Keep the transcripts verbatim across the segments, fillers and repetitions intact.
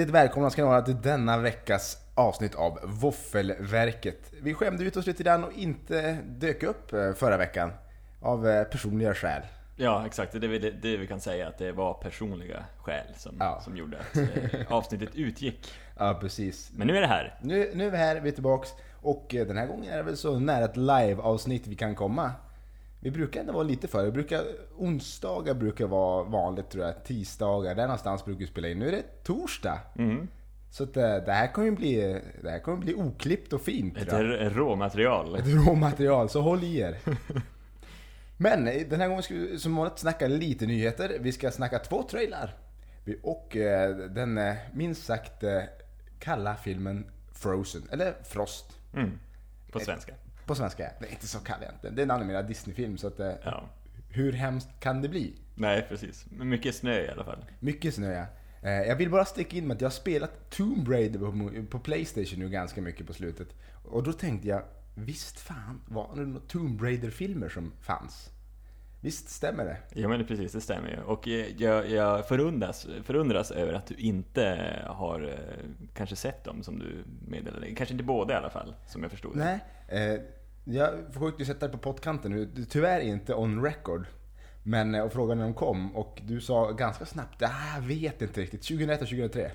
Hjärtligt välkomna ska ni vara till denna veckas avsnitt av Våffelverket. Vi skämde ut oss lite grann och inte dök upp förra veckan av personliga skäl. Ja, exakt. Det är det, det vi kan säga, att det var personliga skäl som, ja. som gjorde att eh, avsnittet utgick. Ja, precis. Men nu är det här. Nu, nu är vi här, vi är tillbaks. Och den här gången är det väl så nära ett live-avsnitt vi kan komma. Vi brukar ändå vara lite för. Vi brukar, onsdagar brukar vara vanligt, tror jag. Tisdagar, där någonstans brukar vi spela in. Nu är det torsdag. Mm. Så att det, det här kommer bli det här kommer bli oklippt och fint. Ett r- råmaterial. Ett råmaterial, så håll i er. Men den här gången ska vi som vanligt snacka lite nyheter. Vi ska snacka två trailar. Och eh, den eh, minst sagt eh, kalla filmen Frozen. Eller Frost. Mm. På svenska. Ett, på svenska, det är inte så kall egentligen. Det är en animerad Disney-film, så att eh, ja. Hur hemskt kan det bli? Nej, precis. Men mycket snö i alla fall. Mycket snö, ja. eh, Jag vill bara sticka in med att jag har spelat Tomb Raider på, på PlayStation nu ganska mycket på slutet. Och då tänkte jag, visst fan var det några Tomb Raider-filmer som fanns? Visst stämmer det? Ja, men det, precis, det stämmer ju. Och jag, jag förundras, förundras över att du inte har eh, kanske sett dem som du meddelade. Kanske inte båda i alla fall, som jag förstod. Nej, eh, jag försökte sätta det på poddkanten nu. Tyvärr inte on record. Men och frågan när de kom, och du sa ganska snabbt, ah, jag vet inte riktigt, tjugohundraett och tjugohundratre.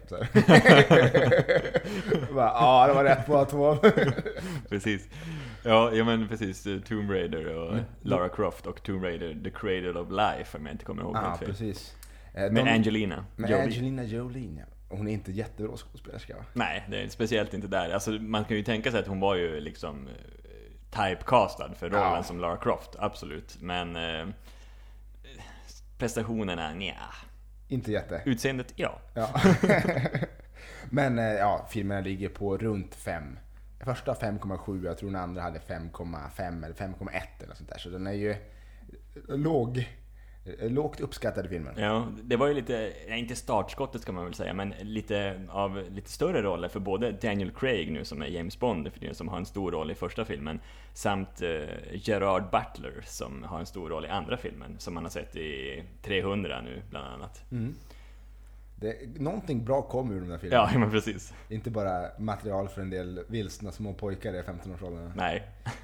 Ja, det var rätt på två. Precis. Ja, ja, men precis. Tomb Raider och mm. Lara Croft och Tomb Raider The Cradle of Life, om jag inte kommer ihåg. Ja, precis. Med de, Angelina Med Jolie. Angelina Jolie. Hon är inte jättebra skådespelerska, va? Nej, det är speciellt inte där. Alltså, man kan ju tänka sig att hon var ju liksom typecastad för rollen ja. som Lara Croft, absolut. Men eh, prestationerna, nja. Inte jätte. Utseendet, ja. ja. Men ja, filmerna ligger på runt fem. Första fem komma sju, jag tror den andra hade fem komma fem eller fem komma ett eller sånt där. Så den är ju låg, lågt uppskattade filmen. Ja, det var ju lite, inte startskottet ska man väl säga, men lite av lite större roller för både Daniel Craig nu som är James Bond, för det som har en stor roll i första filmen, samt uh, Gerard Butler som har en stor roll i andra filmen, som man har sett i trehundra nu bland annat. Mm. Det, någonting bra kommer ur de där filmerna. Ja, men precis. Inte bara material för en del vilsna små pojkar i femton-årsåldern. Nej.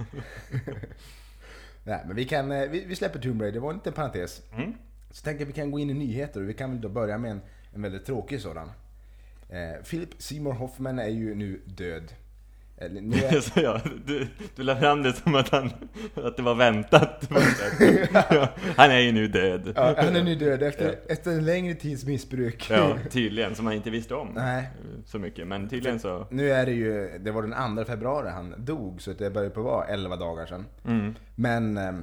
Nej, men vi kan vi, vi släpper Tomb Raider, det var en liten parentes. Mm. Så tänker jag vi kan gå in i nyheter, och vi kan väl då börja med en, en väldigt tråkig sådan. Eh, Philip Seymour Hoffman är ju nu död. Eller, nu är... Så ja, du, du la fram det som att, han, att det var väntat. Ja, han är ju nu död. Ja, han är nu död efter, ja. efter en längre tids missbruk. Ja, tydligen, som han inte visste om. Nej. Så mycket, men tydligen så... Nu är det ju, det var den andra februari han dog, så det började på att vara elva dagar sedan. Mm. Men eh,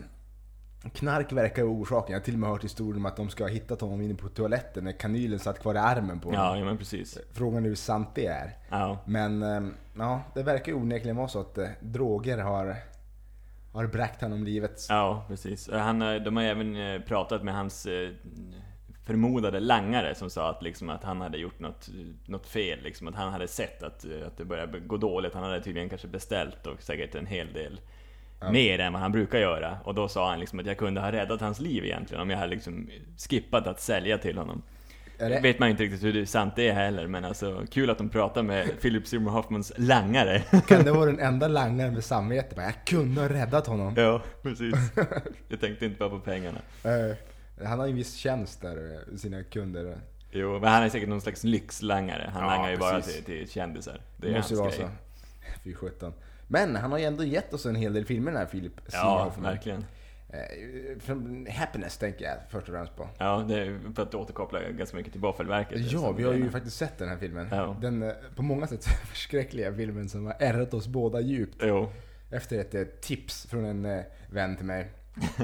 knark verkar vara orsaken. Jag har till och med hört historien om att de ska ha hittat honom inne på toaletten när kanylen satt kvar i armen på honom. Ja, ja, men precis. Frågan är hur sant det är. Ja. Men eh, ja, det verkar ju onekligen vara så att eh, droger har har bragt honom livet. Ja, precis. Han, de har även pratat med hans förmodade langare som sa att, liksom, att han hade gjort något, något fel, liksom, att han hade sett att, att det började gå dåligt. Han hade tydligen kanske beställt och säkert en hel del ja. mer än vad han brukar göra. Och då sa han liksom att jag kunde ha räddat hans liv egentligen om jag hade liksom skippat att sälja till honom. Det vet man inte riktigt hur det är sant det är heller, men alltså kul att de pratar med Philip Seymour Hoffmans langare. Kan det vara den enda langaren med samvete? Jag kunde ha räddat honom. Ja, precis. Jag tänkte inte bara på pengarna. Han har ju en viss tjänst där, sina kunder. Jo, men han är säkert någon slags lyxlangare. Han ja, langar ju precis. bara till, till kändisar. Det är måste hans vara grej. Så. Fy sjutton. Men han har ju ändå gett oss en hel del filmer, den här Philip Seymour Ja, Hoffman. verkligen. Från Happiness tänker jag först och främst på. Ja, det är för att återkoppla ganska mycket till Våffelverket. Ja, vi har ju faktiskt sett den här filmen. Ja. Den på många sätt förskräckliga filmen som har ärrat oss båda djupt. Jo. Efter ett, ett tips från en vän till mig.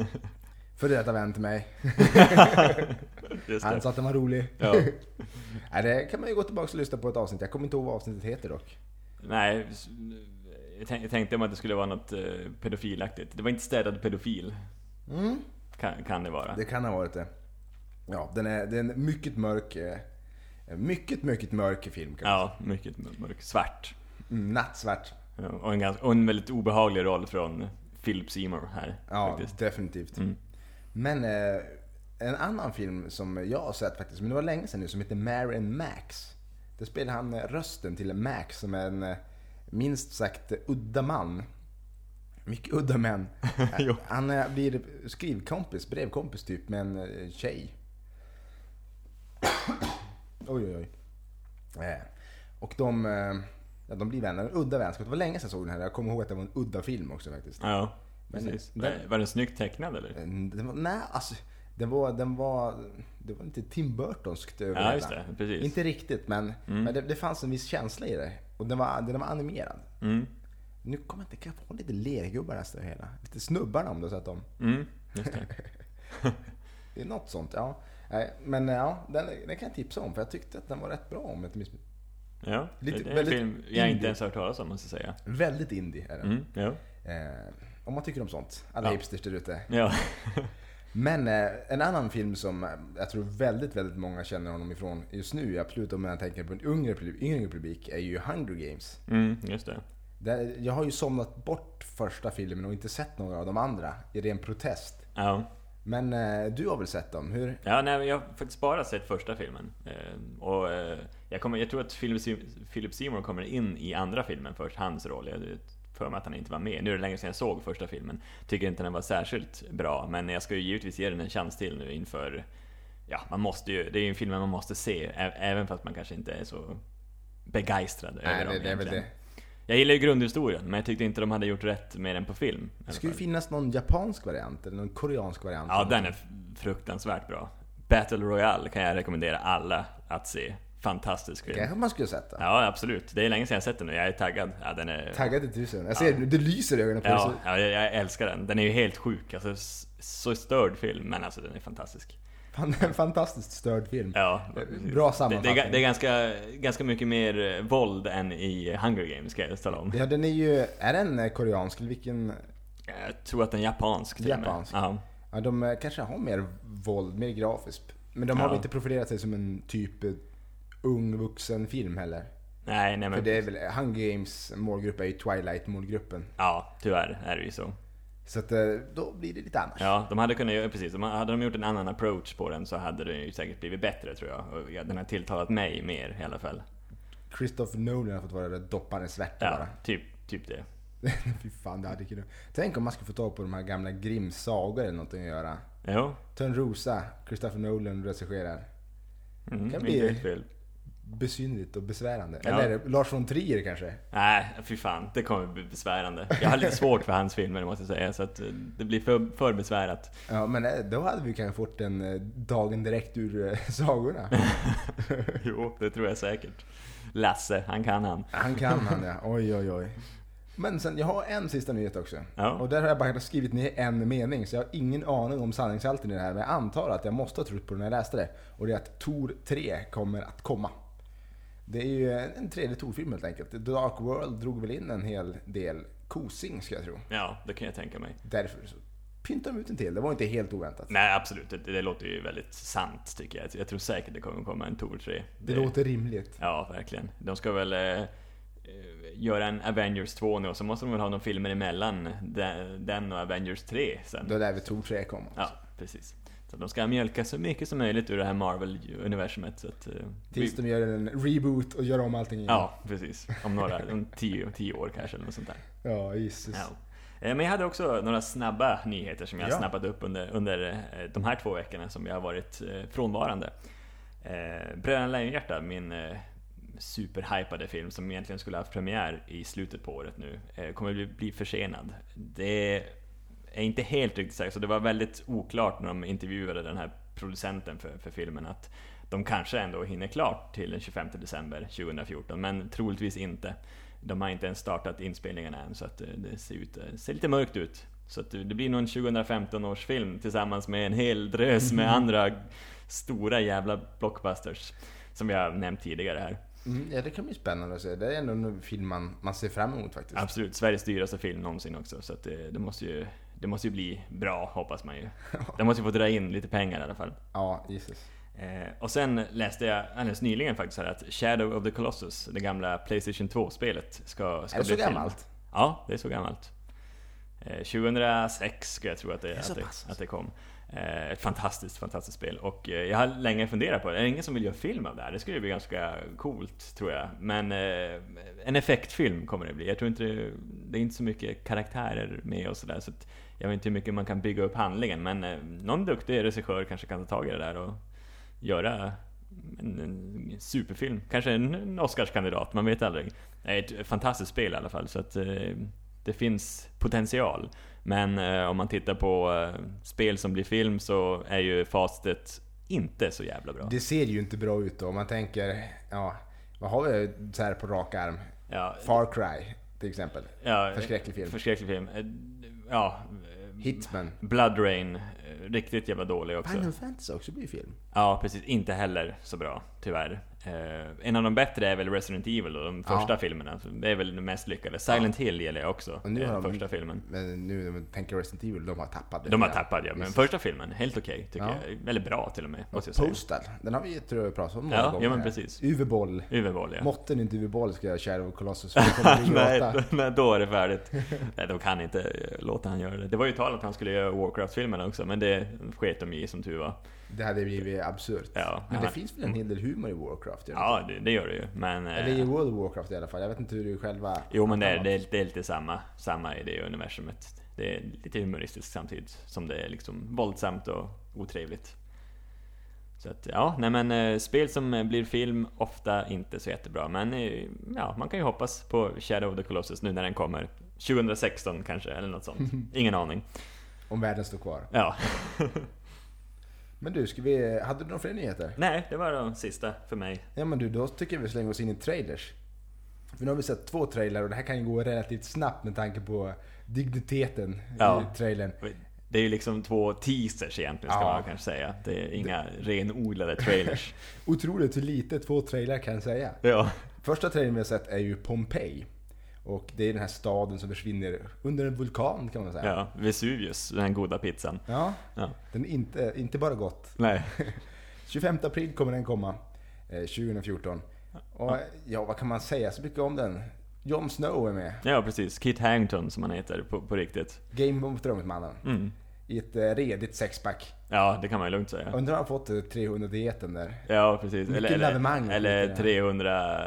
För detta vän till mig. Han sa att den var rolig. Ja. Nej, det kan man ju gå tillbaka och lyssna på ett avsnitt. Jag kommer inte ihåg vad avsnittet heter dock. Nej, jag tänkte om att det skulle vara något pedofilaktigt. Det var inte städad pedofil. Mm. Kan, kan det vara. Det kan ha varit det. Ja, den är, den är mycket mörk. Mycket, mycket mörk film. Kan ja, mycket mörk. Svart. Mm, nattsvart. Ja, och, en ganska, och en väldigt obehaglig roll från Philip Seymour här. Ja, faktiskt. Definitivt. Mm. Men eh, en annan film som jag har sett faktiskt, men det var länge sedan nu, som heter Mary and Max. Där spelar han rösten till Max som är en minst sagt udda man. Mycket udda män. Han blir skrivkompis, brevkompis typ med en tjej. Oj oj oj. Och de, ja, de blir vänner, udda vänskap. Det var länge sedan jag såg den här. Jag kommer ihåg att det var en udda film också faktiskt. Ja, precis. Men, den, var den snyggt tecknad eller? Den var, nej, alltså den var, den var, det var inte Tim Burtonskt över ja, just det, precis. Inte riktigt, men, mm. men det, det fanns en viss känsla i det. Och den var, den var animerad. Mm. Nu kommer jag inte kan få lite lergubbar nästan hela. Lite snubbarna om du sett dem. Mm, just det. Det är något sånt, ja. Men ja, den, den kan jag tipsa om för jag tyckte att den var rätt bra om jag inte missminner. Ja, lite, det är en film jag indie. Inte ens hört talas om, måste jag säga. Väldigt indie är den. Mm, ja. eh, Om man tycker om sånt. Alla ja. hipsters där ute. Ja. Men eh, en annan film som jag tror väldigt, väldigt många känner honom ifrån just nu, absolut om jag tänker på en yngre, yngre publik, är ju Hunger Games. Mm, just det. Där, jag har ju somnat bort första filmen och inte sett några av de andra i ren protest. Ja. Men eh, du har väl sett dem? Hur? Ja, nej, jag har faktiskt bara sett första filmen. Eh, och eh, jag, kommer, jag tror att Philip Seymour kommer in i andra filmen först, hans roll. Jag för mig att han inte var med. Nu är det länge sedan jag såg första filmen. Tycker inte den var särskilt bra, men jag ska ju givetvis ge den en chans till nu inför... Ja, man måste ju, det är ju en film man måste se, ä- även fast man kanske inte är så begeistrad nej, över dem det, det är väl det. Jag gillar ju grundhistorien, men jag tyckte inte de hade gjort rätt med den på film. Det skulle ju finnas någon japansk variant eller någon koreansk variant. Ja, den är fruktansvärt bra. Battle Royale kan jag rekommendera alla att se. Fantastisk film. Kanske man skulle sätta. Ja, absolut. Det är länge sedan jag sett den nu. Jag är taggad. Ja, den är... Taggad till tusen. Jag ser, ja. Det lyser i ögonen på ja, så... ja, jag, jag älskar den. Den är ju helt sjuk. Alltså, så störd film, men alltså den är fantastisk. En fantastiskt störd film. Ja, bra sammanfattning. Det, det, det är ganska, ganska mycket mer våld än i Hunger Games, ska jag tala om. Ja, den är ju... Är den koreansk eller vilken... Jag tror att den är japansk. Japansk. Ja. Ja, de kanske har mer våld, mer grafiskt. Men de har ja. inte profilerat sig som en typ ung vuxen film heller. Nej, nej men... För det är väl... Hunger Games målgrupp är ju Twilight-målgruppen. Ja, tyvärr är det ju så. Så att då blir det lite annars. Ja, de hade kunnat göra precis. Hade de gjort en annan approach på den så hade det ju säkert blivit bättre, tror jag. Och ja, den har tilltalat mig mer i alla fall. Christopher Nolan har fått vara det dopparen i svärta ja, bara. typ, typ det. Fy fan, det hade kul. Tänk om man skulle få tag på de här gamla Grimms sagor eller någonting att göra. Jo. Törnrosa, Christopher Nolan regisserar. Mm, det kan bli besynligt och besvärande. Ja. Eller Lars von Trier kanske? Nej, fy fan, det kommer bli besvärande. Jag har lite svårt för hans filmer, måste jag säga. Så att det blir för, för besvärat. Ja, men då hade vi kanske fått en dagen direkt ur sagorna. Jo, det tror jag säkert. Lasse, han kan han. Han kan han, ja. Oj, oj, oj. Men sen, jag har en sista nyhet också. Ja. Och där har jag bara skrivit ner en mening. Så jag har ingen aning om sanningshalten i det här. Men jag antar att jag måste ha trott på det när jag läste det. Och det är att Thor tre kommer att komma. Det är ju en tredje Thor-film helt enkelt. The Dark World drog väl in en hel del kosing, ska jag tro. Ja, det kan jag tänka mig. Därför så pyntar de ut en till. Det var inte helt oväntat. Nej, absolut. Det, det låter ju väldigt sant, tycker jag. Jag tror säkert det kommer komma en Thor tre. Det, det låter rimligt. Ja, verkligen. De ska väl... Eh, göra en Avengers två nu, och så måste de väl ha någon filmer emellan den och Avengers tre sen. Då lär vi Thor tre komma. Ja, precis. Så de ska mjölka så mycket som möjligt ur det här Marvel-universumet. Så att, tills vi... de gör en reboot och gör om allting igen. Ja, precis. Om några, om tio, tio år kanske eller något sånt där. Ja, Jesus. Ja. Men jag hade också några snabba nyheter som jag ja. snappat upp under, under de här två veckorna som jag har varit frånvarande. Bröderna Lejonhjärta, min superhypade film som egentligen skulle ha haft premiär i slutet på året nu, kommer bli, bli försenad. Det är inte helt riktigt säkert, så det var väldigt oklart när de intervjuade den här producenten för, för filmen att de kanske ändå hinner klart till den tjugofemte december tjugohundrafjorton, men troligtvis inte. De har inte ens startat inspelningarna än, så att det ser, ut, det ser lite mörkt ut. Så att det blir nog en tjugohundrafemton års film tillsammans med en hel drös med andra stora jävla blockbusters som jag nämnt tidigare här. Mm, ja, det kan bli spännande att se. Det är ändå en film man, man ser fram emot faktiskt. Absolut, Sveriges dyraste film någonsin också. Så att det, det, måste ju, det måste ju bli bra, hoppas man ju. De måste ju få dra in lite pengar i alla fall. Ja, Jesus. Eh, och sen läste jag alldeles nyligen faktiskt här att Shadow of the Colossus, det gamla PlayStation två-spelet, ska, ska är det bli så gammalt? Film. Ja, det är så gammalt. Eh, tjugohundrasex skulle jag tro att det, det, att det, pass, att det kom. Eh, ett fantastiskt, fantastiskt spel. Och eh, jag har länge funderat på det. Är det ingen som vill göra film av det här? Det skulle bli ganska coolt, tror jag. Men eh, en effektfilm kommer det bli. Jag tror inte det, det är inte så mycket karaktärer med och sådär. Så att jag vet inte hur mycket man kan bygga upp handlingen. Men eh, någon duktig regissör kanske kan ta tag i det där och göra en, en superfilm. Kanske en, en Oscarskandidat, man vet aldrig. Det är ett fantastiskt spel i alla fall. Så att eh, det finns potential. Men eh, om man tittar på eh, spel som blir film så är ju facit inte så jävla bra. Det ser ju inte bra ut då. Om man tänker, ja, vad har vi så här på rak arm? Ja, Far Cry till exempel. Ja, förskräcklig film. Förskräcklig film. Ja, Hitman. Blood Rain, riktigt jävla dålig också. Final Fantasy också blir film. Ja, precis. Inte heller så bra, tyvärr. Eh, en av de bättre är väl Resident Evil och de första ja. filmerna. Det är väl den mest lyckade. Silent ja. Hill gäller jag också. Och nu har den de, första filmen. Men nu när man tänker Resident Evil, de har tappat det. De har tappat, ja. Men första filmen, helt okej, okay, tycker ja. jag. Eller bra till och med, måste jag säga. Postal, den har vi tror jag pratat om några ja, gånger. Ja, men precis. Uverboll. Uverboll, ja. Måtten inte Uverboll ska jag Shadow of Colossus. nej, nej, då är det färdigt. Nej, de kan inte låta han göra det. Det var ju tal att han skulle göra Warcraft-filmerna också, men det sket de i som tur var. Det hade blivit absurt. Ja, men det finns väl en hel del humor i Warcraft? Ja, det, det gör det ju. Men, eller i World of Warcraft i alla fall. Jag vet inte hur du själva... Jo, men det är, det är, det är lite samma, samma i det universumet. Det är lite humoristiskt samtidigt som det är liksom våldsamt och otrevligt. Så att, ja, nej men spel som blir film ofta inte så jättebra. Men ja, man kan ju hoppas på Shadow of the Colossus nu när den kommer. tjugohundrasexton kanske, eller något sånt. Ingen aning. Om världen står kvar. Ja. Men du, ska vi, hade du några fler nyheter? Nej, det var de sista för mig. Ja men du, då tycker jag vi slänger oss in i trailers. För nu har vi sett två trailers och det här kan ju gå relativt snabbt med tanke på digniteten ja. i trailern. Det är ju liksom två teasers egentligen, ska ja. man kanske säga. Det är inga det... renodlade trailers. Otroligt hur lite två trailers kan säga. Ja. Första trailern vi har sett är ju Pompeji. Och det är den här staden som försvinner under en vulkan, kan man säga. Ja, Vesuvius, den här goda pizzan. Ja, ja. Den är inte, inte bara gott. Nej. tjugofemte april kommer den komma, eh, tjugohundrafjorton. Och ja. ja, vad kan man säga så mycket om den? Jon Snow är med. Ja, precis. Kit Harington som han heter på, på riktigt. Game of Thrones-mannen. Mm. I ett eh, redigt sexpack. Ja, det kan man ju lugnt säga. Undrar om han fått eh, trehundra-dieten där. Ja, precis. Mycket eller, lavemang. Eller trehundra...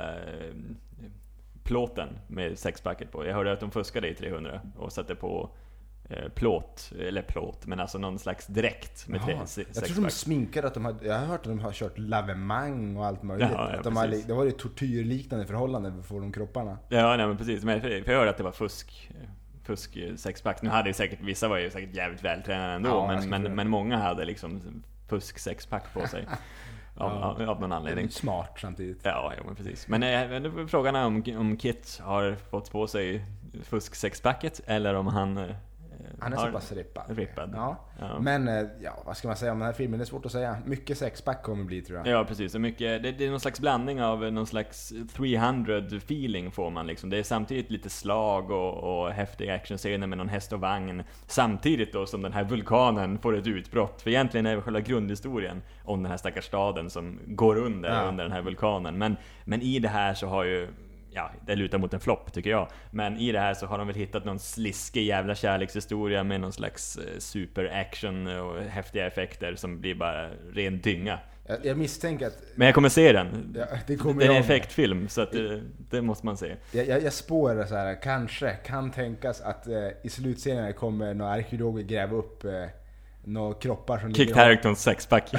plåten med sexpacket på. Jag hörde att de fuskade i trehundra och satte på eh, plåt, eller plåt, men alltså någon slags dräkt med tre, sexpack. Jag tror de sminkade att de hade, jag har hört att de har kört lavemang och allt möjligt. Ja, ja, att de har, det var ju tortyrliknande förhållanden för de kropparna. Ja, nej, men precis. Men för, för jag hörde att det var fusk fusk sexpack. Nu hade ju säkert, vissa var ju säkert jävligt vältränade ändå, ja, men, men, men många hade liksom fusk sexpack på sig. Av, ja. av, av någon anledning. Det är smart samtidigt. Ja, ja men precis. Men äh, frågan är om, om Kit har fått på sig fusk sexpacket eller om han äh, han är så pass rippad. rippad. Ja. Ja. Men ja, vad ska man säga om den här filmen? Det är svårt att säga. Mycket sexpack kommer det bli, tror jag. Ja, precis. Och mycket, det, det är någon slags blandning av någon slags trehundra feeling får man liksom. Det är samtidigt lite slag och, och häftiga actionscener med någon häst och vagn. Samtidigt då som den här vulkanen får ett utbrott. För egentligen är det själva grundhistorien om den här stackars staden som går under ja. under den här vulkanen. Men, men i det här så har ju... Ja, det lutar mot en flopp tycker jag. Men i det här så har de väl hittat någon sliskig jävla kärlekshistoria med någon slags super-action och häftiga effekter som blir bara ren dynga. Jag, jag misstänker att... Men jag kommer se den. Ja, det kommer det är en effektfilm, så att det, det måste man se. Jag, jag, jag spår så här, kanske kan tänkas att eh, i slutscenen kommer några arkeologer gräva upp eh, några kroppar som Kit Haringtons sexpack.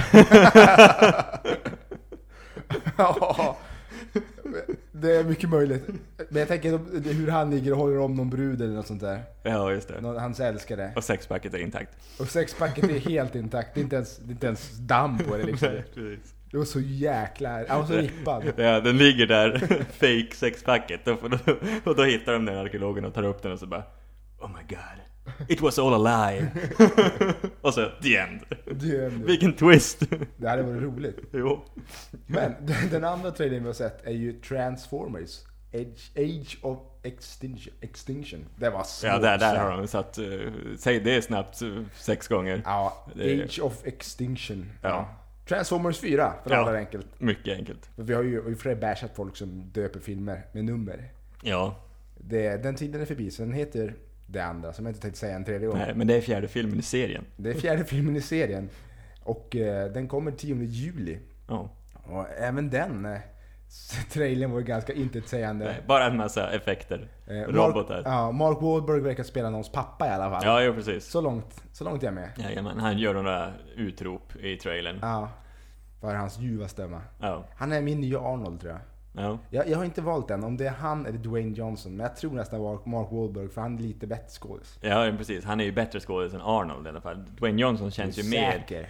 Ja. Det är mycket möjligt. Men jag tänker hur han ligger och håller om någon brud eller något sånt där. Ja, just det. Hans älskade. Och sexpacket är intakt. Och sexpacket är helt intakt. Det är inte ens, det är inte ens damm på det liksom. Det var så jäkla... Jag var så rippad. Ja, den ligger där. Fake sexpacket. Och då, och då hittar de den arkeologen och tar upp den och så bara... Oh my god. It was all a lie. Och så, the end. The end. Vilken twist. Det hade varit roligt. Jo. Men den andra trailern vi har sett är ju Transformers Age, Age of Extinction. Extinction. Det var svårt. Ja, där, där har de satt, uh, säg det snabbt uh, sex gånger. Ja, det... Age of Extinction. Ja. Ja. Transformers fyra, för ja, det enkelt. Mycket enkelt. För vi har ju, ju fler bashat folk som döper filmer med nummer. Ja. Det, den tiden är förbi, så den heter det andra som jag inte tänkte säga en tredje gång. Nej, men det är fjärde filmen i serien. Det är fjärde filmen i serien. Och eh, den kommer tionde juli. Ja. Och även den eh, trailern var ju ganska intetsägande. Nej, bara en massa effekter. Eh, Robotar. Mark, ja, Mark Wahlberg verkar spela någons pappa i alla fall. Ja, jo, precis. Så långt, så långt är jag med. Ja, men han gör några utrop i trailern. Ja, för hans ljuva stämma. Ja. Han är min nya Arnold, tror jag. Ja. jag. Jag har inte valt den, om det är han eller Dwayne Johnson. Men jag tror nästan Mark, Mark Wahlberg, för han är lite bättre skådis. Ja, precis. Han är ju bättre skådis än Arnold i alla fall. Dwayne Johnson känns ju mer... Säker.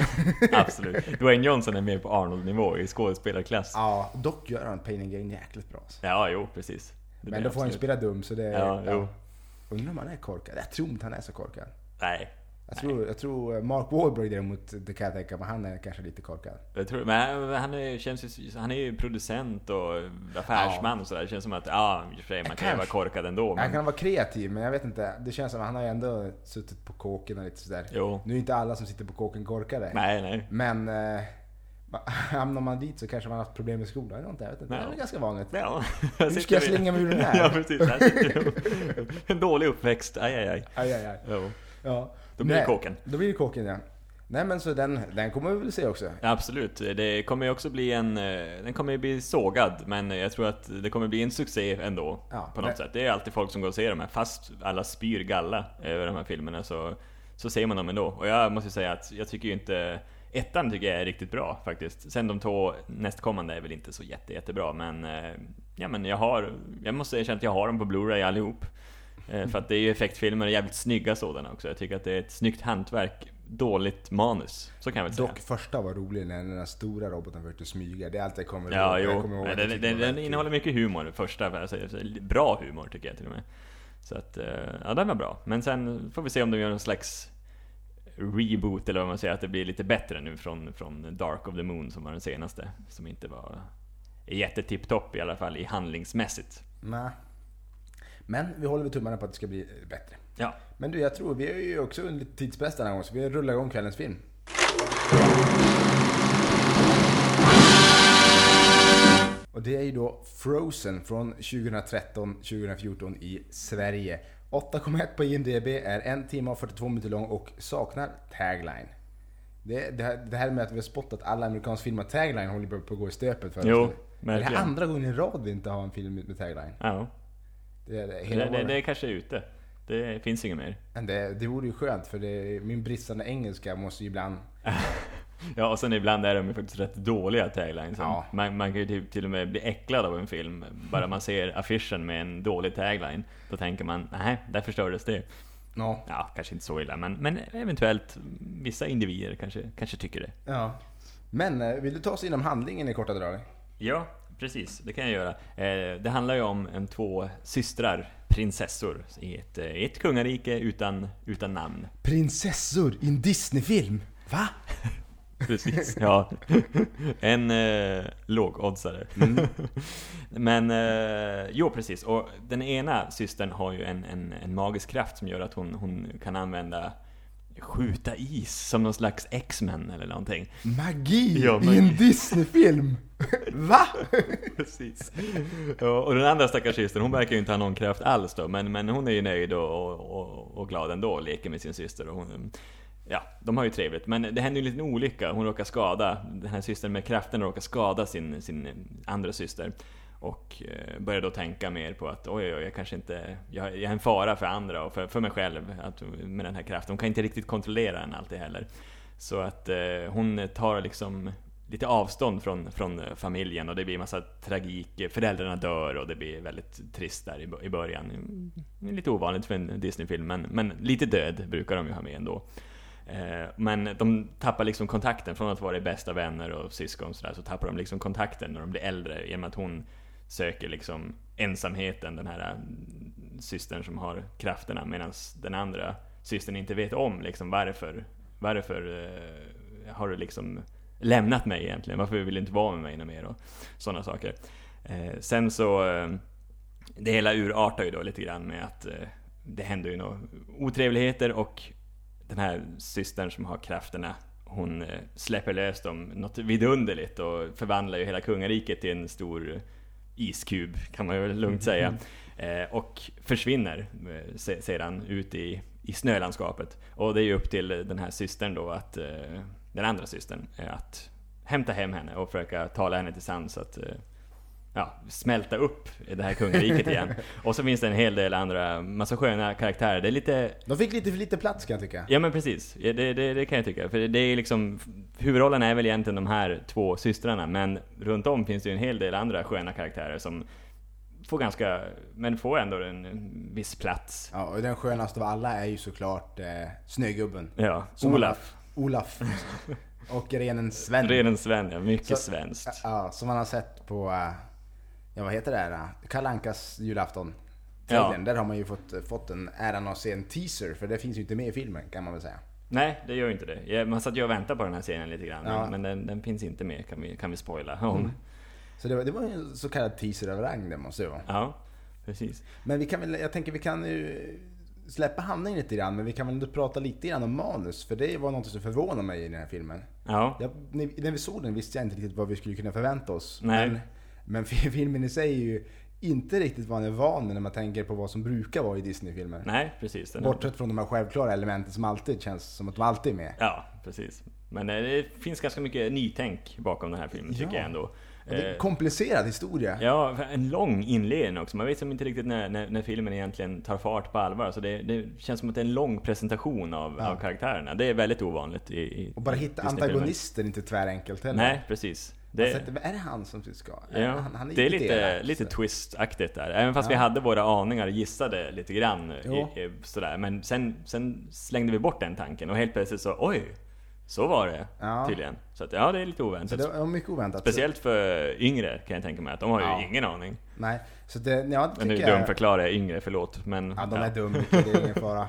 Absolut. Dwayne Johnson är mer på Arnold-nivå i skådespelarklass. Ja, dock gör han Pain and Gain jäkligt bra. Så. Ja, jo, precis. Det men då får han spela dum, så det är... Ja, jo. Undrar om han är korkad. Jag tror inte han är så korkad. Nej. Jag tror, jag tror Mark Wahlberg däremot, det kan jag tänka, men han är kanske lite korkad. Jag tror, men han är, känns ju, han är ju producent och affärsman ja. Och sådär. Det känns som att, ja, i och för sig, man kan ju vara korkad ändå. Men... Han kan vara kreativ, men jag vet inte. Det känns som att han har ju ändå suttit på kåken och lite sådär. Jo. Nu är inte alla som sitter på kåken korkade. Nej, nej. Men eh, hamnar man dit så kanske man har haft problem med skolan eller något. Jag vet inte. Ja. Det är ganska vanligt. Ja. Hur ska jag slänga mig ur den här? Ja, precis. Här sitter en dålig uppväxt. Aj, aj, aj. Aj, aj, aj. Jo. Ja. Då blir det kåken. Då blir det kåken, ja. Nej, men så den, den kommer vi väl se också. Ja, absolut. Det kommer ju också bli en... Den kommer ju bli sågad, men jag tror att det kommer bli en succé ändå. Ja, på något men... sätt. Det är alltid folk som går och ser de här. Fast alla spyr galla över de här filmerna så, så ser man dem ändå. Och jag måste säga att jag tycker ju inte... Ettan tycker jag är riktigt bra faktiskt. Sen de två nästkommande är väl inte så jätte, jättebra. Men, ja, men jag har... Jag måste erkänna att jag har dem på Blu-ray allihop. För att det är ju effektfilmer och jävligt snygga sådana också. Jag tycker att det är ett snyggt hantverk, dåligt manus. Så kan jag väl säga. Dock första var rolig när den där stora roboten försökte smyga. Det är allt jag kommer ja, ihåg. Jo. Jag kommer ihåg den, den, den, den innehåller mycket humor första. Alltså, bra humor tycker jag till och med. Så att, ja, den var bra. Men sen får vi se om de gör någon slags reboot eller vad man säger. Att det blir lite bättre nu från, från Dark of the Moon som var den senaste. Som inte var jättetipptopp i alla fall i handlingsmässigt. Nej. Men vi håller väl tummarna på att det ska bli bättre. Ja. Men du, jag tror vi är ju också under tidspress den här gången, så vi rullar igång kvällens film. Och det är ju då Frozen från tjugohundratretton tjugofjorton i Sverige. åtta komma ett på I M D B, är en timme och fyrtiotvå minuter lång och saknar tagline. Det, det, här, det här med att vi har spottat alla amerikanska filmer tagline håller på att gå i stöpet för jo, oss. Det är andra gången i rad vi inte har en film med tagline. Ja. Det, det, det, det, det är kanske ute. Det finns inget mer. Men det, det vore ju skönt, för det, min bristande engelska måste ju ibland... Ja, och sen ibland är de ju faktiskt rätt dåliga taglines. Ja. Man, man kan ju till, till och med bli äcklad av en film. Bara man ser affischen med en dålig tagline. Då tänker man, nej, där förstördes det. Ja. Ja, kanske inte så illa. Men, men eventuellt vissa individer kanske, kanske tycker det. Ja. Men vill du ta oss inom handlingen i korta drag? Ja, precis. Det kan jag göra. Eh, det handlar ju om en två systrar, prinsessor, i ett, i ett kungarike utan, utan namn. Prinsessor i en Disney-film? Va? Precis, ja. En eh, lågoddsare. Mm. Men, eh, jo precis. Och den ena systern har ju en, en, en magisk kraft som gör att hon, hon kan använda skjuta is som någon slags X-Men eller någonting. Magi, ja, magi. I en Disney-film. Va? Precis. Och, och den andra stackars systern, hon verkar ju inte ha någon kraft alls då, men, men hon är ju nöjd och, och, och glad ändå och leker med sin syster. Och hon, ja, de har ju trevligt. Men det händer ju en liten olycka. Hon råkar skada, den här systern med kraften råkar skada sin, sin andra syster. Och eh, börjar då tänka mer på att oj, oj, jag kanske inte, jag, jag är en fara för andra och för, för mig själv att, med den här kraften. Hon kan inte riktigt kontrollera den alltid heller. Så att eh, hon tar liksom lite avstånd från, från familjen och det blir massa tragik. Föräldrarna dör och det blir väldigt trist där i, i början. Lite ovanligt för en Disney-film, men, men lite död brukar de ju ha med ändå. Eh, men de tappar liksom kontakten från att vara bästa vänner och syskon så, där, så tappar de liksom kontakten när de blir äldre genom att hon söker liksom ensamheten, den här systern som har krafterna, medan den andra systern inte vet om liksom varför varför eh, har du liksom lämnat mig egentligen, varför vill du inte vara med mig något mer och sådana saker. Eh, sen så eh, det hela urartar ju då lite grann med att eh, det händer ju några otrevligheter och den här systern som har krafterna, hon släpper lös dem något vidunderligt och förvandlar ju hela kungariket till en stor iskub, kan man ju lugnt säga. Eh, och försvinner eh, se, sedan ut i, i snölandskapet. Och det är ju upp till den här systern då, att, eh, den andra systern, eh, att hämta hem henne och försöka tala henne till sans, att eh, ja, smälta upp i det här kungariket igen. Och så finns det en hel del andra, massa sköna karaktärer. Det är lite... De fick lite för lite plats, kan jag tycka. Ja, men precis. Ja, det, det, det kan jag tycka. För det är liksom, huvudrollen är väl egentligen de här två systrarna, men runt om finns det ju en hel del andra sköna karaktärer som får ganska, men får ändå en, en viss plats. Ja, och den skönaste av alla är ju såklart eh, Snögubben. Ja, Som Olaf. Har, Olaf. Och renen Sven. Renen Sven, ja. Mycket Så, svenskt. Ja, som man har sett på, uh, ja vad heter det här? Kalle Ankas julafton. Ja. Där har man ju fått, fått en äran att se en teaser, för det finns ju inte med i filmen, kan man väl säga. Nej, det gör ju inte det. Jag, man satt ju och väntade på den här scenen lite grann, Ja. men, men den, den finns inte med, kan vi, kan vi spoila om. Mm. Så det var, det var en så kallad teaser av rang, det måste det vara. Ja, precis. Men vi kan väl, jag tänker vi kan ju släppa handlingen lite grann, men vi kan väl ändå prata lite grann om manus, för det var något som förvånade mig i den här filmen. Ja. Jag, när vi såg den visste jag inte riktigt vad vi skulle kunna förvänta oss. Nej. Men, men filmen i sig är ju inte riktigt vad man är van när man tänker på vad som brukar vara i Disney-filmer. Nej, precis. Den Bortsett från de här självklara elementen som alltid känns som att de alltid är med. Ja, precis. Men eh, det finns ganska mycket nytänk bakom den här filmen, tycker Ja. jag ändå. Och det är en komplicerad historia. Ja, en lång inledning också. Man vet som inte riktigt när, när, när filmen egentligen tar fart på allvar. Så det, det känns som att det är en lång presentation av, Ja. av karaktärerna. Det är väldigt ovanligt i, i Och bara hitta Disney-filmer. antagonister är inte tvärenkelt heller. Nej, precis. Det, Alltså, är det han som ska? ja, han, han är det är lite, elak, lite så. twist-aktigt där. Även fast Ja. vi hade våra aningar och gissade lite grann Jo. i, i, sådär. Men sen, sen slängde vi bort den tanken och helt plötsligt så, oj, så var det Ja. tydligen. Så att, ja, det är lite Så oväntat. det var mycket oväntat. Speciellt för yngre kan jag tänka mig, att de har ju Ja. ingen aning. Nej, så det, ja, det Men nu tycker jag... dumförklarar jag yngre, förlåt. Men, Ja, de är dumma, det är ingen fara.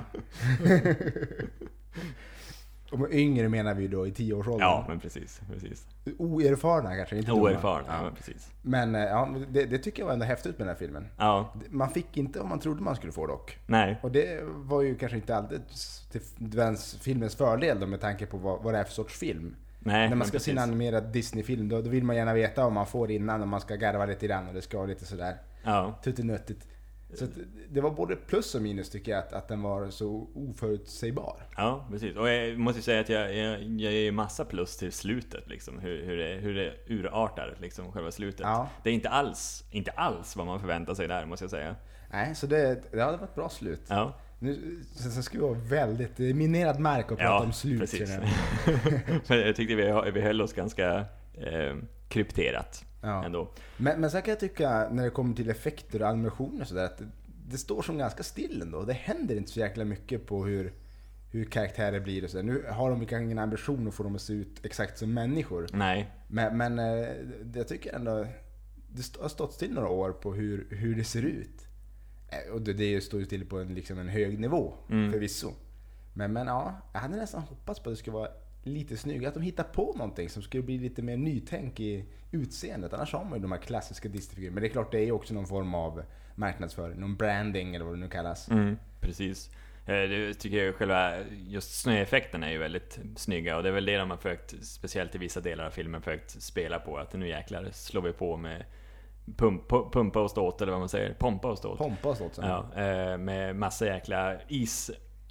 Och med yngre menar vi då i tioårsåldern. Ja, men precis, precis. Oerfarna kanske, inte dumma. Oerfarna, ja. Ja. Men precis. Men eh, ja, det, det tycker jag var ändå häftigt med den här filmen. Ja, Man fick inte vad man trodde man skulle få dock. nej. Och det var ju kanske inte alltid till den filmens fördel då, med tanke på vad, vad det är för sorts film. Nej, När man men ska se en precis. animerad Disney-film då, då vill man gärna veta vad man får innan, och man ska garva lite grann och det ska vara lite sådär Ja, tuttinöttigt. Så att det var både plus och minus tycker jag, att, att den var så oförutsägbar. ja, precis. Och jag måste ju säga att jag, jag, jag ger massa plus till slutet liksom. Hur, hur, det, hur det urartar liksom, själva slutet. Ja. Det är inte alls, inte alls vad man förväntar sig där, måste jag säga. Nej, så det, det hade varit ett bra slut. Ja, Nu, sen så ska vi vara väldigt det är minerad mark att prata om slut. precis. känner jag. Men jag tyckte vi, vi höll oss ganska eh, krypterat Ja. ändå. Men, men sen kan jag tycka, när det kommer till effekter och animationer och sådär, att det, det står som ganska still ändå. Det händer inte så jäkla mycket på hur, hur karaktärer blir och sådär. Nu har de kanske ingen ambition att få dem att se ut exakt som människor. Nej, Men, men eh, jag tycker ändå det st- har stått still några år på hur, hur det ser ut. Eh, Och det, det står ju still på en, liksom en hög nivå, Mm. förvisso. Men, men ja, jag hade nästan hoppats på att det skulle vara lite snyggare. Att de hittar på någonting som skulle bli lite mer nytänk i utseendet. Annars har man ju de här klassiska Disney-figurerna. Men det är klart, det är ju också någon form av marknadsföring. Någon branding eller vad det nu kallas. mm, precis. Eh, Det tycker jag själva, just snöeffekterna är ju väldigt snygga. Och det är väl det de har försökt, speciellt i vissa delar av filmen, försökt spela på. Att nu jäklar slår vi på med pump, pumpa och ståt, eller vad man säger. Pompa och ståt. Pompa och sånt. Ja, eh, med massa jäkla is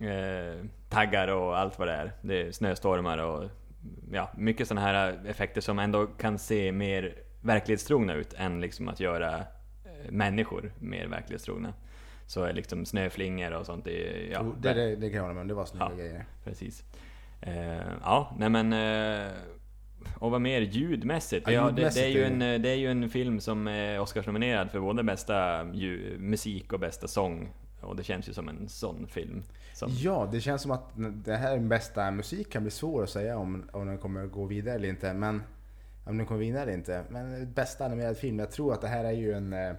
eh, taggar och allt vad det är. Det är snöstormar och ja, mycket sådana här effekter som ändå kan se mer verklighetstrogna ut än liksom att göra eh, människor mer verklighetstrogna. Så är liksom snöflingor och sånt. Det, är- ja, Jo, det, det, det kan jag hålla med om. Det var snygga Ja. grejer. precis. Eh, ja, nej men eh, och vad mer ljudmässigt? Ja, Ja, det, ljudmässigt det, är ju är- en, det är ju en film som är Oscarsnominerad för både bästa ju, musik och bästa sång. Och det känns ju som en sån film. Som, Ja, det känns som att det här är den bästa musik, kan bli svår att säga om, om den kommer gå vidare eller inte. Men om den kommer vidare eller inte. Men bästa animerad film, jag tror att det här är ju en eh,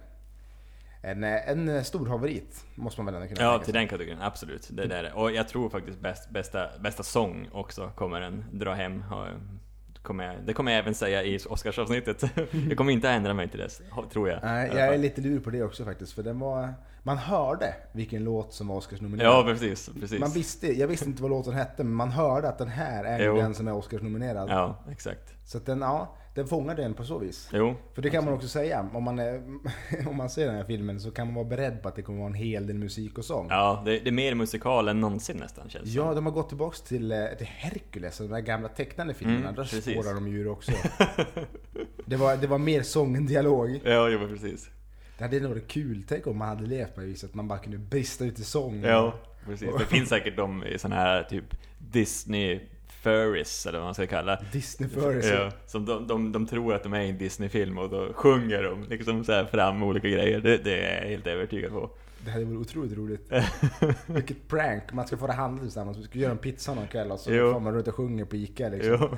en, en stor favorit, måste man väl ändå kunna ja, tänka till sig. den kategorin, absolut. Det där. Och jag tror faktiskt bäst, bästa, bästa sång också kommer den dra hem. Har- Kommer jag, det kommer jag även säga i Oscarsavsnittet. Jag kommer inte ändra mig till dess, tror jag. Nej, jag är lite lur på det också faktiskt, för den var... man hörde vilken låt som var Oscarsnominerad. Ja, precis, precis. Man visste, jag visste inte vad låten hette, men man hörde att den här är jo. den som är Oscarsnominerad. Ja, exakt. Så att den, ja, den fångade den på så vis. Jo. För det kan man också säga, om man, är, om man ser den här filmen så kan man vara beredd på att det kommer vara en hel del musik och sång. Ja, det, det är mer musikal än någonsin nästan, känns det. Ja, de har gått tillbaka till, till Hercules, de där gamla tecknade filmerna. Mm, där spårar de djur också. det, var, det var mer sång än dialog. Ja, ja, precis. Det hade nog varit kul, tänk om man hade levt på det viset, att man bara kunde brista ut i sång. Ja, precis. Det finns säkert de i sån här typ Disney furries, eller vad man ska kalla Disney furries. Ja, som de, de, de tror att de är i en Disney-film och då sjunger de liksom så här fram olika grejer. Det, det är jag helt övertygad på. Det hade varit otroligt roligt. Vilket prank. Man ska få det handla tillsammans. Vi ska göra en pizza någon kväll och så jo. får man runt och sjunger på Ica liksom.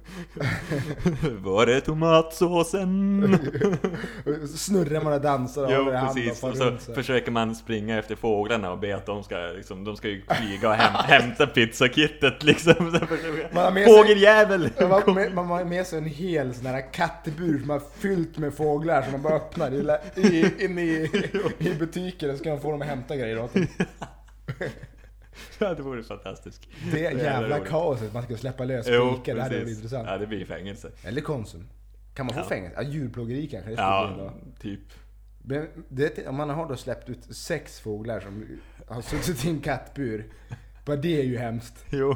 Var är tomatsåsen? Snurrar man och dansar jo, precis. Och så, så försöker man springa efter fåglarna och be att de ska liksom, de ska ju flyga och häm, hämta pizzakittet liksom. Fågeljävel! Man, med, man har med sig en hel sån här kattbur som har fyllt med fåglar som man bara öppnar i, in i, i butiken. Ska man få dem att hämta grejer åt dem. Ja, det vore fantastiskt. Det jävla, jävla kaoset man ska släppa lös jo, det här är intressant. Ja, det blir fängelse. Eller Konsum. Kan man få ja. fängelse? Ja, djurplågeri kanske. Det ja, typ. Men det, om man har då släppt ut sex fåglar som har suttit i en kattbur. Bara det är ju hemskt. Jo.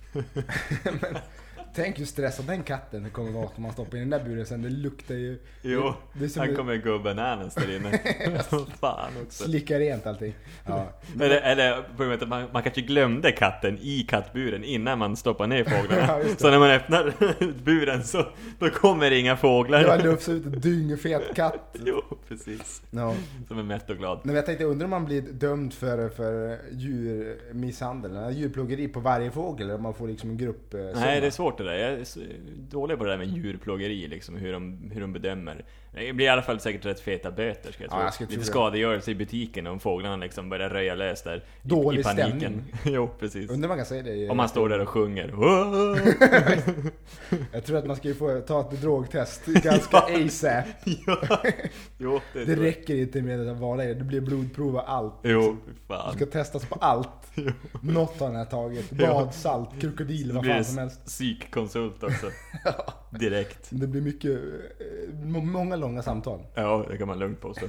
Men tänk ju stressa den katten kommer vara om man stoppar in den där buren sen. Det luktar ju... Jo, det, det han är, kommer gubben ananas där inne. Fan också. Slicka rent allting. Ja. Eller, eller man, man kanske glömde katten i kattburen innan man stoppar ner fåglarna. Ja, så när man öppnar buren så då kommer det inga fåglar. Det var lufts ut en dyngfet katt. Jo, precis. No. Som är mätt och glad. Men jag tänkte, undrar om man blir dömd för, för djurmisshandel, djurplågeri på varje fågel, eller om man får liksom en grupp. Nej, det är svårt det där. Jag är dålig på det där med djurplågeri liksom, hur de, hur de bedömer. Det blir i alla fall säkert rätt feta böter, ska jag tro. Ja, jag ska lite skadegörelse i butiken om fåglarna liksom börjar röja lös där. Dålig i, i paniken. Stämning. Jo, precis. Undrar man kan säga det. Om man står där och sjunger. Jag tror att man ska ju få ta ett drogtest ganska ASAP. Ja. Jo, det, det räcker inte med att vara det. Det blir blodprov och allt. Jo, fan. Du ska testas på allt. Jo. Något har den här taget. Bad, salt, krokodil, vad fan som helst. Psykkonsult också. Ja. Direkt. Det blir mycket, många långa samtal. Ja, det kan man lugnt påstå.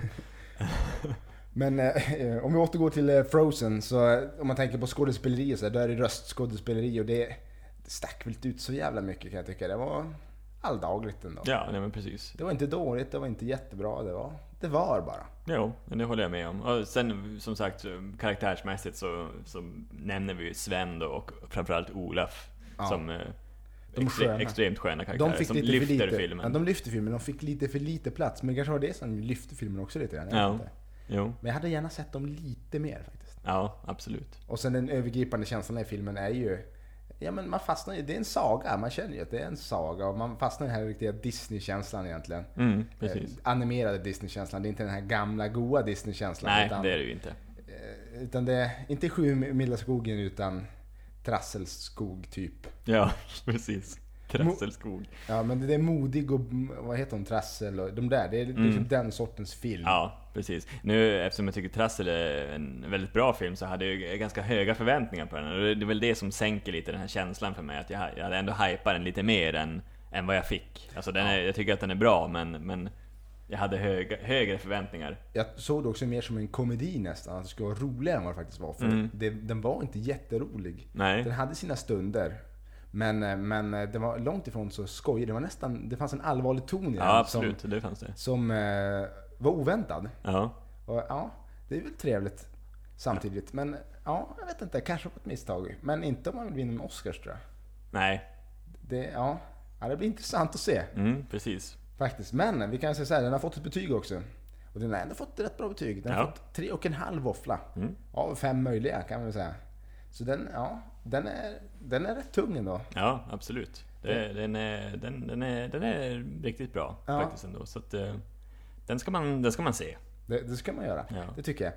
Men eh, om vi återgår till eh, Frozen, så eh, om man tänker på skådespeleri så där är det röstskådespeleri och det, det stack väl ut så jävla mycket, kan jag tycka. Det var alldagligt ändå. Ja, nej men precis. Det var inte dåligt, det var inte jättebra, det var det var bara. Jo, men det håller jag med om. Och sen som sagt karaktärsmässigt så, så nämner vi ju Sven då, och framförallt Olaf ja. som eh, de extre- sköna. extremt sköna karaktärer de fick som lite lyfter lite, filmen. Ja, de lyfter filmen, de fick lite för lite plats, men kanske var det som lyfte filmen också lite grann. Ja. Jo. Men jag hade gärna sett dem lite mer faktiskt. Ja, absolut. Och sen den övergripande känslan i filmen är ju, ja men man fastnar ju, det är en saga, man känner ju att det är en saga och man fastnar i den här riktiga Disney-känslan egentligen. Mm, precis. Eh, animerade Disney-känslan, det är inte den här gamla goa Disney-känslan. Nej, utan, det är det ju inte. Eh, utan det är inte Sju milda skogen utan Trasselskog typ. Ja, precis. Trasselskog. Ja, men det är modig och vad heter de, Trassel och de där, det är liksom mm. den sortens film. Ja, precis. Nu eftersom jag tycker Trassel är en väldigt bra film så hade jag ganska höga förväntningar på den. Och det är väl det som sänker lite den här känslan för mig, att jag, jag hade ändå hypat den lite mer än, än vad jag fick. Alltså den är, jag tycker att den är bra, men, men jag hade höga, högre förväntningar. Jag såg det också mer som en komedi nästan, att det skulle vara roligare än vad det faktiskt var. För mm. det, den var inte jätterolig. Nej. Den hade sina stunder. Men, men det var långt ifrån så skoj. Det var nästan, det fanns en allvarlig ton i den. Ja, absolut, som, det fanns det. Som eh, var oväntad. Ja. Och ja, det är väl trevligt samtidigt. Men ja, jag vet inte, kanske på ett misstag. Men inte om man vill vinna en Oscars, tror jag. Nej. Det, ja, ja, det blir intressant att se. Mm, precis. Faktiskt, men vi kan säga så här, den har fått ett betyg också. Och den har ändå fått ett rätt bra betyg. Den har ja. fått tre och en halv våffla. Mm. Av fem möjliga, kan man väl säga. Så den, ja, den är, den är rätt tung ändå. Ja, absolut. Det, den, är, den, den, är, den är riktigt bra ja. faktiskt ändå. Så att, uh, den, ska man, den ska man se. Det, det ska man göra, ja. det tycker jag.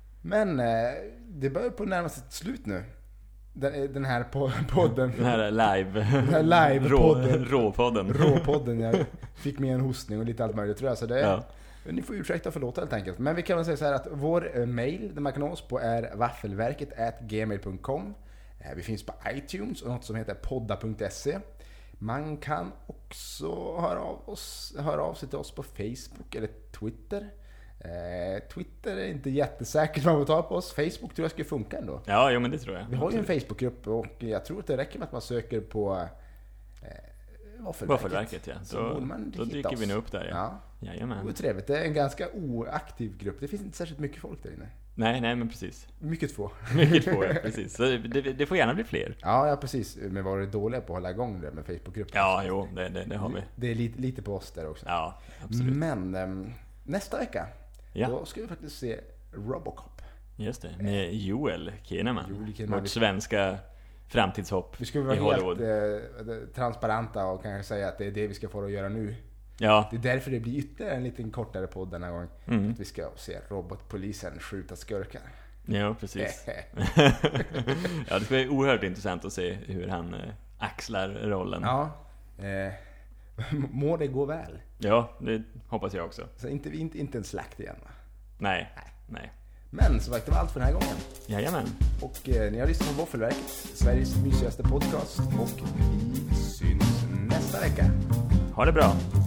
Men uh, det börjar på närmast ett slut nu. Den, den här podden. Den här live. Den här live-podden. Rå, råpodden. Råpodden, jag fick med en hostning och lite allt möjligt, tror jag. Så det, ja. Ni får ursäkta och förlåta helt enkelt. Men vi kan väl säga så här att vår mail, där man kan nå oss på, är vaffelverket at gmail punkt com. Vi finns på iTunes och något som heter podda punkt se. Man kan också höra av, oss, höra av sig till oss på Facebook eller Twitter. Eh, Twitter är inte jättesäkert vad man tar på oss. Facebook tror jag ska funka ändå. Ja, jo, men det tror jag. Vi har ju en Facebookgrupp och jag tror att det räcker med att man söker på eh, Vaffelverket. Vaffelverket, ja. Så Då, då dyker vi nu upp där, ja. Ja. Jajamän. Det är trevligt. Det är en ganska oaktiv grupp. Det finns inte särskilt mycket folk där inne. Nej, nej, men precis. Mycket få. Mycket få, ja, precis. Så det, det får gärna bli fler. Ja, ja, precis. Men var det dåliga på att hålla igång det med Facebookgruppen? Ja, jo, det, det, det har vi. Det är lite, lite på oss där också. Ja, absolut. Men äm, nästa vecka, Ja. då ska vi faktiskt se Robocop. Just det, med Joel Kinnaman. Joel Kinnaman. Vårt svenska framtidshopp Vi ska i vara Hollywood. helt eh, transparenta och kanske säga att det är det vi ska få att göra nu. Ja, Det är därför det blir ytterligare en liten kortare podd den här gången. Mm. Att vi ska se robotpolisen skjuta skurkar. ja, precis. Ja, det ska bli oerhört intressant att se hur han eh, axlar rollen. Ja, eh, må det gå väl. Ja, det hoppas jag också. Så inte, inte, inte en slakt igen, va? Nej, nej. Men så var det allt för den här gången. Jajamän. Och eh, ni har lyssnat på Vaffelverket, Sveriges mysigaste podcast. Och vi syns nästa vecka. Ha det bra.